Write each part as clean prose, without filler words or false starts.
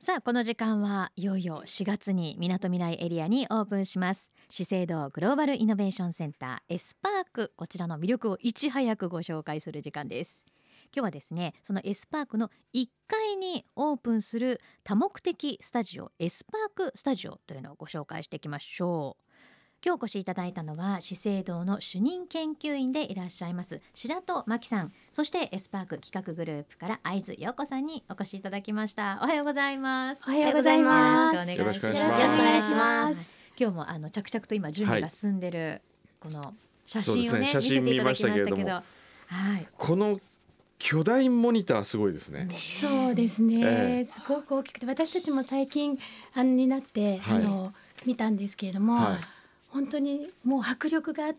さあこの時間はいよいよ4月にみなとみらいエリアにオープンします。資生堂グローバルイノベーションセンターエスパーク、こちらの魅力をいち早くご紹介する時間です。今日はですね、そのエスパークの1階にオープンする多目的スタジオ、エスパークスタジオというのをご紹介していきましょう。今日お越しいただいたのは資生堂の主任研究員でいらっしゃいます白戸真希さん、そしてエスパーク企画グループから会津陽子さんにお越しいただきました。おはようございます。 おはようございます。 よろしくお願いします。 よろしくお願いします。 今日も着々と今準備が進んでる、この写真をね、 写真見せていただきましたけど、 見ましたはい、 この巨大モニターすごいですね。 そうですね、すごく大きくて、私たちも最近になって、見たんですけれども、本当にもう迫力があって、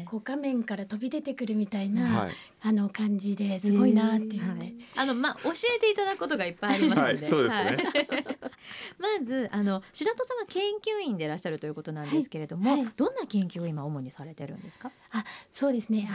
こう画面から飛び出てくるみたいな、感じですごいなっていうので、 教えていただくことがいっぱいありますので、 そうですね。 まず白戸さんは研究員でいらっしゃるということなんですけれども、どんな研究を今主にされてるんですか？ そうですね、化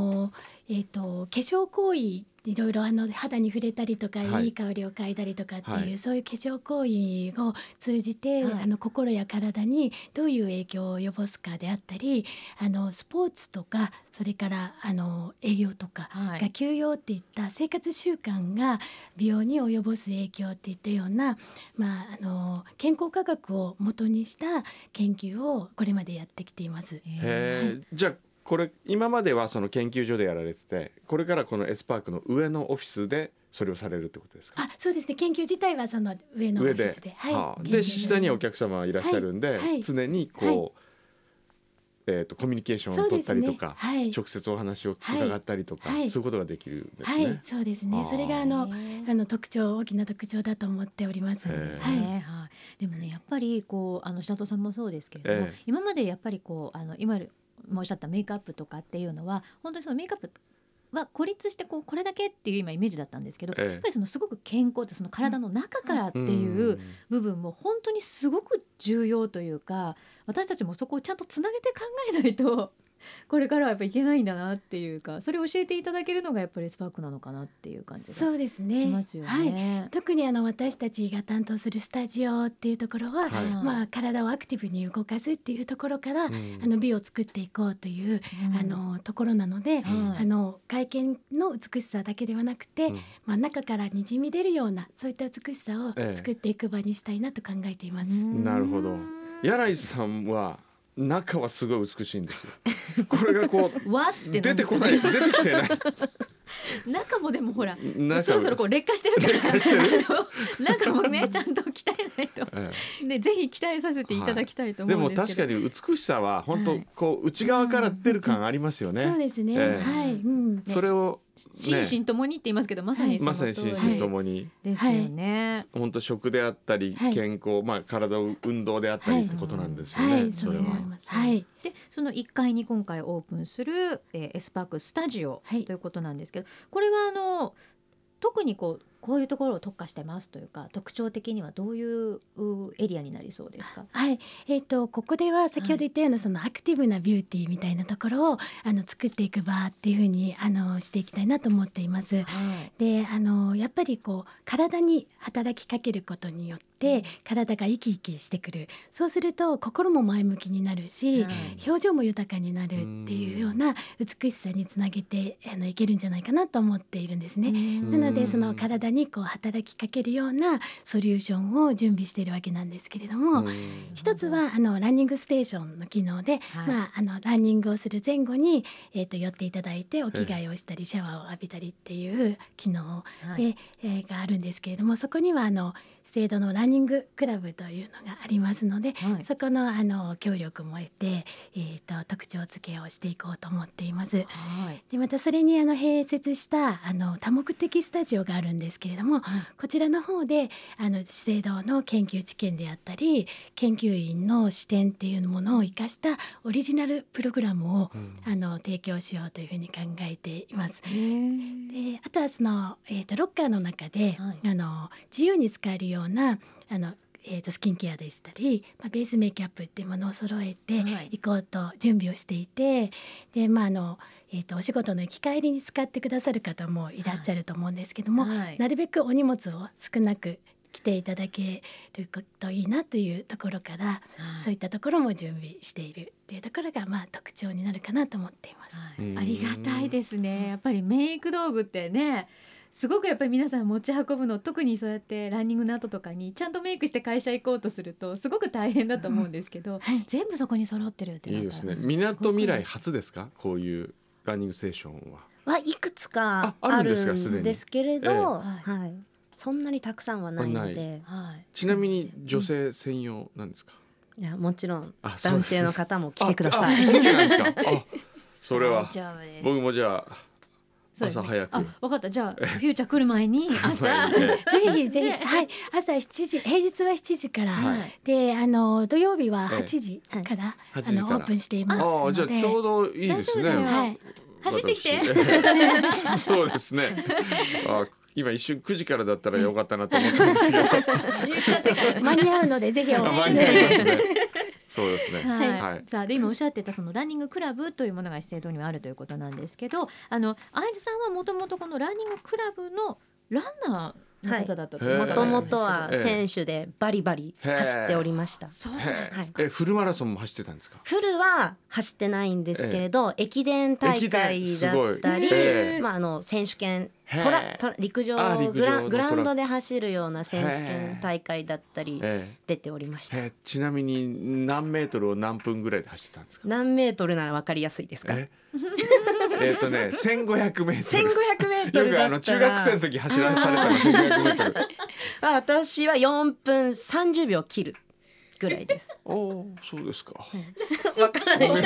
粧行為いろいろ肌に触れたりとか、いい香りを嗅いだりとかっていう、そういう化粧行為を通じて、心や体にどういう影響を及ぼすかであったり、スポーツとか、それから栄養とかが休養っていった生活習慣が美容に及ぼす影響っていったような、健康科学を元にした研究をこれまでやってきています。 じゃあこれ今まではその研究所でやられてて、これからこのエスパークの上のオフィスでそれをされるってことですか？ そうですね、研究自体はその上のオフィスで、 で下にお客様はいらっしゃるんで、常にこう、コミュニケーションを取ったりとか、直接お話を伺ったりとか、そういうことができるんですね。 そうですね、それが大きな特徴だと思っております。 でもね、やっぱり白戸さんもそうですけれども、今までやっぱり今おっしゃったメイクアップとかっていうのは、本当にそのメイクアップは孤立してこれだけっていう今イメージだったんですけど、やっぱりすごく健康って、その体の中からっていう部分も本当にすごく重要というか、私たちもそこをちゃんとつなげて考えないとこれからはやっぱいけないんだなっていうか、それを教えていただけるのがやっぱりエスパークなのかなっていう感じがしますよね。 特に私たちが担当するスタジオっていうところは、体をアクティブに動かすっていうところから、美を作っていこうという、ところなので、外見の美しさだけではなくて、中からにじみ出るようなそういった美しさを作っていく場にしたいなと考えています。 なるほど。柳井さんは中はすごい美しいんですよ。これがこう出てきてない中もでもほらそろそろ劣化してるから中もねちゃんと鍛えないと、でぜひ鍛えさせていただきたいと思うんですけど、 でも確かに美しさは本当内側から出る感ありますよね。 そうですね、 それを心身ともにって言いますけど、まさに心身ともにですよね。 本当食であったり健康、体を運動であったりってことなんですよね。それはでその1階に今回オープンする、エスパークスタジオということなんですけど、これは特にこういうところを特化してますというか、特徴的にはどういうエリアになりそうですか？ ここでは先ほど言ったようなそのアクティブなビューティーみたいなところを作っていく場っていうふうにしていきたいなと思っています。でやっぱり体に働きかけることによって体が生き生きしてくる、そうすると心も前向きになるし、表情も豊かになるっていうような美しさにつなげていけるんじゃないかなと思っているんですね。なのでその体に働きかけるようなソリューションを準備しているわけなんですけれども、一つはランニングステーションの機能で、ランニングをする前後に、寄っていただいてお着替えをしたりシャワーを浴びたりっていう機能で、があるんですけれども、そこには資生堂のランニングクラブというのがありますので、そこの協力も得て、特徴付けをしていこうと思っています。でまたそれに併設した多目的スタジオがあるんですけれども、こちらの方で資生堂の研究知見であったり研究員の視点っていうものを生かしたオリジナルプログラムを、提供しようというふうに考えています。であとはその、ロッカーの中で、自由に使えるようなスキンケアでしたり、ベースメイクアップっていうものを揃えていこうと準備をしていて、でお仕事の行き帰りに使ってくださる方もいらっしゃると思うんですけども、なるべくお荷物を少なく来ていただけるといいなというところから、そういったところも準備しているっていうところが特徴になるかなと思っています。 ありがたいですね。やっぱりメイク道具ってね、すごくやっぱり皆さん持ち運ぶの、特にそうやってランニングの後とかにちゃんとメイクして会社行こうとするとすごく大変だと思うんですけど、全部そこに揃ってるっていいですね。みなとみらい初ですか、こういうランニングステーションはいくつかあるんですけれど、そんなにたくさんはないので。 ちなみに女性専用なんですか？ いや、もちろん男性の方も来てください。 OK なんですか？それは僕もじゃあ朝早く。 分かった。じゃあフューチャー来る前に朝ぜひぜひ、朝7時、平日は7時から、で土曜日は8時からオープンしていますので。 じゃあちょうどいいですね。 走ってきて。 そうですね。今一瞬9時からだったらよかったなと思ったんですけど間に合うのでぜひお願いします。 そうですね。 さあ、で今おっしゃってたそのランニングクラブというものが資生堂にはあるということなんですけど、相津さんはもともとこのランニングクラブのランナーの方だったと。 もともとは選手でバリバリ走っておりました。 フルマラソンも走ってたんですか？ フルは走ってないんですけれど、駅伝大会だったり、選手権、陸上グラウンドで走るような選手権大会だったり出ておりました。 ちなみに何メートルを何分ぐらいで走ってたんですか？ 何メートルなら分かりやすいですか ？1500メートル。 1500メートルだったら、 よく中学生の時走らされたの1500メートル。 私は4分30秒切るぐらいです。 そうですか。 わからない。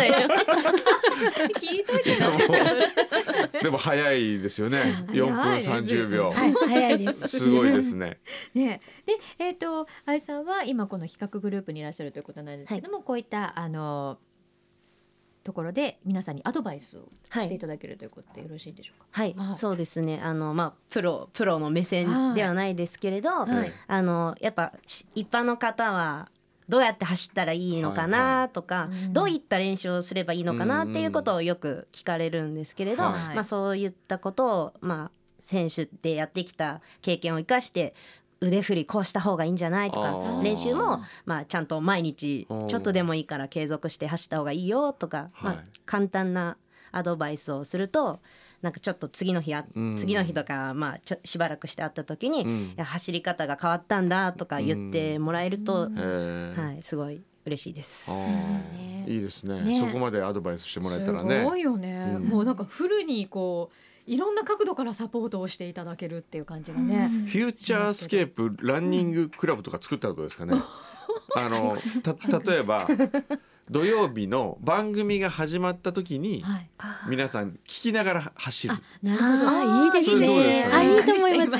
聞いといてなんですか？ でも早いですよね。4分30秒。 早いです。 すごいですね。 で、相津さんは今この企画グループにいらっしゃるということなんですけども、こういったところで皆さんにアドバイスをしていただけるということでよろしいでしょうか？ はい、そうですね。プロの目線ではないですけれど、やっぱ一般の方はどうやって走ったらいいのかなとか、どういった練習をすればいいのかなっていうことをよく聞かれるんですけれど、そういったことを選手でやってきた経験を生かして腕振りこうした方がいいんじゃないとか、練習もちゃんと毎日ちょっとでもいいから継続して走った方がいいよとか、簡単なアドバイスをすると、なんかちょっと次の日とか、しばらくして会った時に、走り方が変わったんだとか言ってもらえると、すごい嬉しいです。 いいですね。そこまでアドバイスしてもらえたらね。 すごいよね。もうなんかフルにこういろんな角度からサポートをしていただけるっていう感じがね。 フューチャースケープランニングクラブとか作ったらどうですかね。例えば土曜日の番組が始まった時に、皆さん聞きながら走る。 なるほど。 いいですね。いいと思います。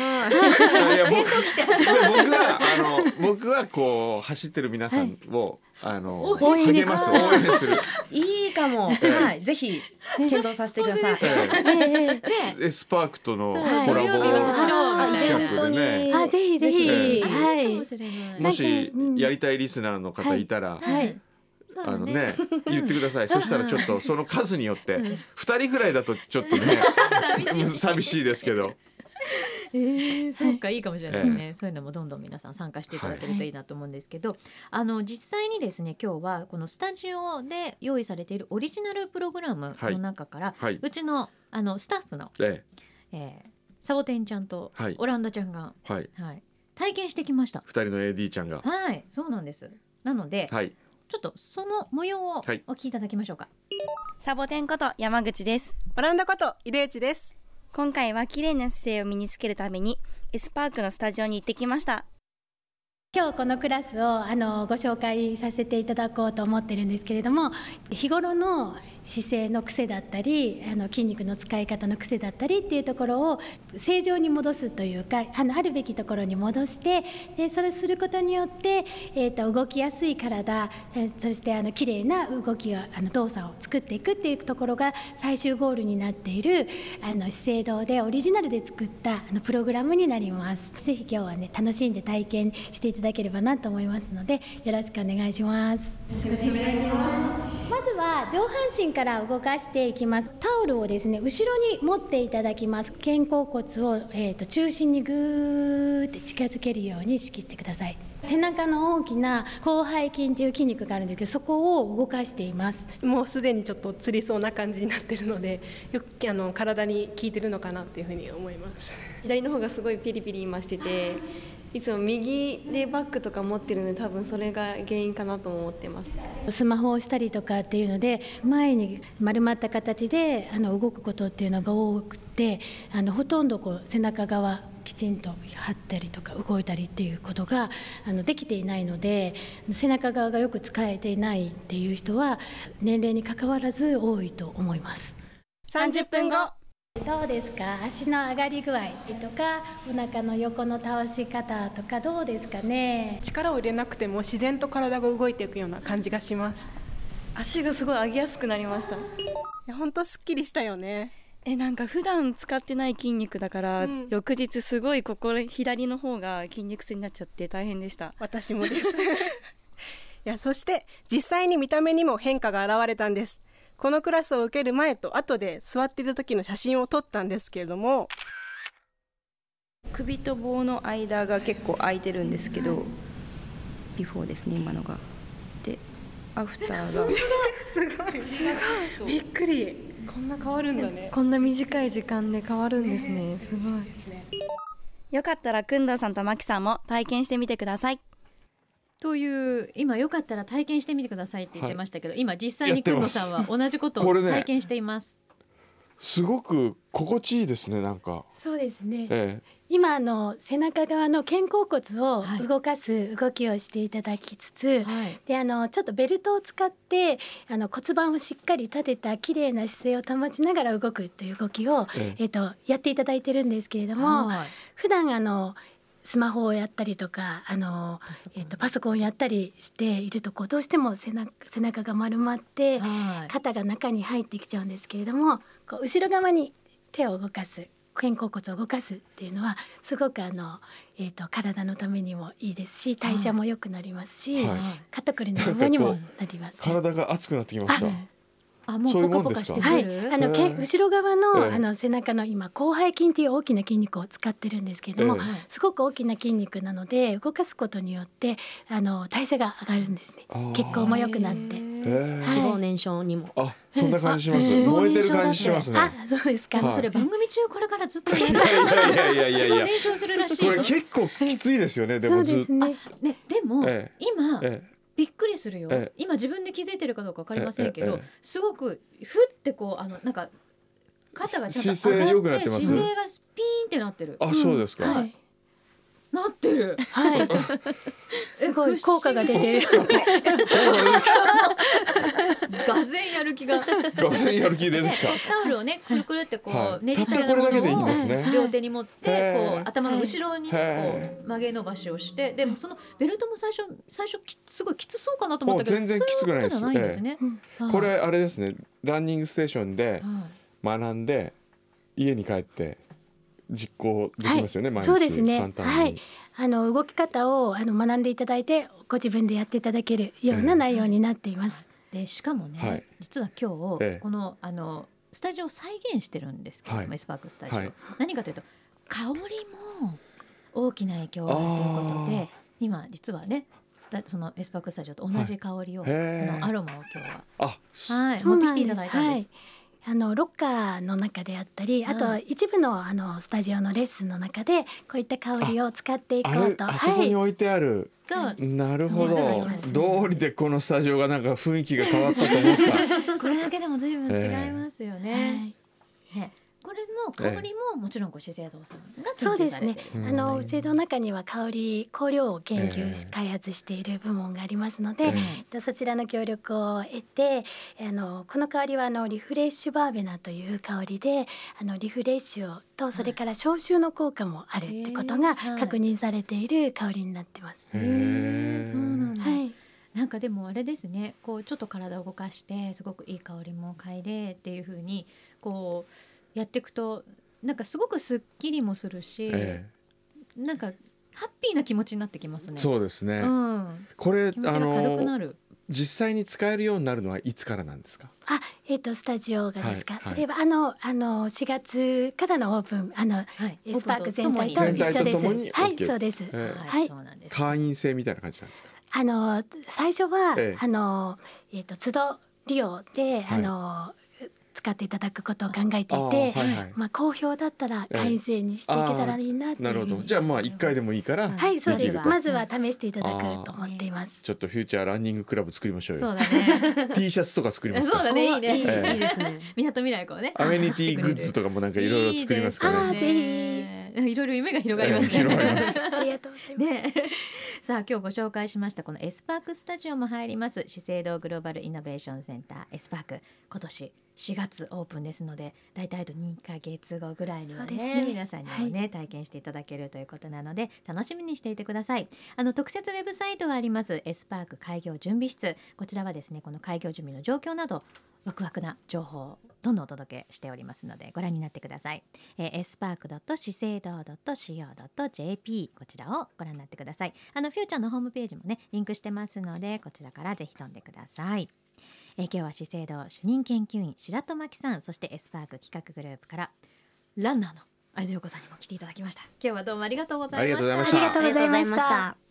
僕はこう走ってる皆さんを励ます応援する。 いいかも。ぜひ検討させてください。 エスパークとのコラボ企画でね。 ぜひぜひ。 もしやりたいリスナーの方いたら。言ってください。そしたらちょっとその数によって2人ぐらいだとちょっとね寂しいですけど、 そうか、いいかもしれないですね。そういうのもどんどん皆さん参加していただけるといいなと思うんですけど、実際にですね、今日はこのスタジオで用意されているオリジナルプログラムの中から、うちのスタッフのサボテンちゃんとオランダちゃんが体験してきました。 2人の AD ちゃんが。 そうなんです。なのでちょっとその模様をお聞きいただきましょうか。 サボテンこと山口です。 オランダこと井出内です。 今回は綺麗な姿勢を身につけるためにエスパークのスタジオに行ってきました。 今日このクラスをご紹介させていただこうと思ってるんですけれども、日頃の姿勢の癖だったり筋肉の使い方の癖だったりっていうところを正常に戻すというか、あるべきところに戻して、でそれをすることによって、動きやすい体、そして綺麗な動きを動作を作っていくっていうところが最終ゴールになっている資生堂でオリジナルで作ったプログラムになります。ぜひ今日はね、楽しんで体験していただければなと思いますので、よろしくお願いします。よろしくお願いします。まずは上半身から動かしていきます。タオルをですね後ろに持っていただきます。肩甲骨を、中心にぐーって近づけるように意識してください。背中の大きな広背筋という筋肉があるんですけど、そこを動かしています。 もうすでにちょっとつりそうな感じになってるので、よく体に効いてるのかなっていうふうに思います。 左の方がすごいピリピリ今してて、いつも右でバッグとか持ってるので、多分それが原因かなとも思ってます。 スマホをしたりとかっていうので、前に丸まった形で動くことっていうのが多くて、ほとんど背中側きちんと張ったりとか動いたりっていうことができていないので、背中側がよく使えていないっていう人は年齢に関わらず多いと思います。 30分後。 どうですか？足の上がり具合とかお腹の横の倒し方とかどうですかね？ 力を入れなくても自然と体が動いていくような感じがします。 足がすごい上げやすくなりました。 本当すっきりしたよね。 なんか普段使ってない筋肉だから、翌日すごい左の方が筋肉痛になっちゃって大変でした。 私もですそして実際に見た目にも変化が現れたんです。このクラスを受ける前と後で座っている時の写真を撮ったんですけれども、 首と棒の間が結構空いてるんですけど、ビフォーですね今のが。でアフターがすごいびっくり。こんな変わるんだね。 こんな短い時間で変わるんですね。すごい。 よかったらくんどうさんとまきさんも体験してみてください。 という今よかったら体験してみてくださいって言ってましたけど、今実際にくんどさんは同じことを体験しています。 すごく心地いいですね。なんかそうですね、今背中側の肩甲骨を動かす動きをしていただきつつ、でちょっとベルトを使って骨盤をしっかり立てた綺麗な姿勢を保ちながら動くという動きを、やっていただいてるんですけれども、普段スマホをやったりとかパソコンをやったりしているとどうしても背中が丸まって肩が中に入ってきちゃうんですけれども、後ろ側に手を動かす、肩甲骨を動かすっていうのはすごく体のためにもいいですし、代謝も良くなりますし、肩こりの予防にもなります。 体が熱くなってきました。 もうポカポカしてくる。 後ろ側の、背中の今広背筋という大きな筋肉を使ってるんですけれども、すごく大きな筋肉なので動かすことによって代謝が上がるんですね。血行も良くなって、 脂肪燃焼にもそんな感じします。燃えてる感じしますね。 そうですか。 それ番組中これからずっといや脂肪燃焼するらしい。 これ結構きついですよね。でもずっとでも今びっくりするよ。今自分で気づいてるかどうか分かりませんけど、すごくふってなんか肩がちゃんと上がって姿勢がピーンってなってる。 そうですか。 なってる。 すごい効果が出てる。 がぜんやる気が。 がぜんやる気出てきた。 タオルをねくるくるってねじったようなものを両手に持って頭の後ろに曲げ伸ばしをして、でもそのベルトも最初すごいきつそうかなと思ったけど、 全然きつくないです。 そういうことじゃないんですね。 これあれですね。ランニングステーションで学んで家に帰って実行できますよね。毎日そうですね。 簡単に。 動き方を学んでいただいてご自分でやっていただけるような内容になっています。 でしかもね、実は今日このスタジオを再現してるんですけども、エスパークスタジオ、何かというと香りも大きな影響があるということで、今実はねそのエスパークスタジオと同じ香りを、アロマを今日は持ってきていただいたんです。 ロッカーの中であったり、あと一部のスタジオのレッスンの中でこういった香りを使っていこうと。 あそこに置いてある。なるほど。道理でこのスタジオがなんか雰囲気が変わったと思った。 これだけでも随分違いますよね。これも香りももちろん資生堂さんがそうですね。資生堂の中には香料を研究開発している部門がありますので、そちらの協力を得て、この香りはリフレッシュバーベナという香りで、リフレッシュとそれから消臭の効果もあるってことが確認されている香りになってます。 そうなんだ。なんかでもあれですね。ちょっと体を動かしてすごくいい香りも嗅いでっていう風にやっていくとなんかすごくすっきりもするし、なんかハッピーな気持ちになってきますね。 そうですね。これ気持ちが軽くなる。 実際に使えるようになるのはいつからなんですか？ スタジオがですか、 はいそれは4月からのオープンエスパーク全体と一緒です。 全体とともに OK はい、そうです。はい、 そうなんです。 会員制みたいな感じなんですか？ 最初は、 ええ都度利用で使っていただくことを考えていて、好評だったら会員制にしていけたらいいなっていう。 なるほど。じゃあ1回でもいいから、 はい、そうです。 できるとまずは試していただくと思っています。 ちょっとフューチャーランニングクラブ作りましょうよ。 そうだね。 T シャツとか作りますか？ そうだね、いいね。 いいですね。 みなとみらいこうね。 アメニティグッズとかもなんかいろいろ作りますからね。 ぜひ。 いろいろ夢が広がりますね。 広がります。 ありがとうございます。 ね、さあ今日ご紹介しましたこのエスパークスタジオも入ります資生堂グローバルイノベーションセンターエスパーク、今年4月オープンですので、だいたい2ヶ月後ぐらいには ね皆さんにもね、体験していただけるということなので楽しみにしていてください。特設ウェブサイトがありますエスパーク開業準備室、こちらはですねこの開業準備の状況などワクワクな情報をどんどんお届けしておりますのでご覧になってください。spark. 資生堂 .co.jp こちらをご覧になってください。フューチャーのホームページもねリンクしてますのでこちらからぜひ飛んでください。今日は資生堂主任研究員白戸真希さん、そしてエスパーク企画グループからランナーの会津陽子さんにも来ていただきました。今日はどうもありがとうございました。 ありがとうございました。 ありがとうございました。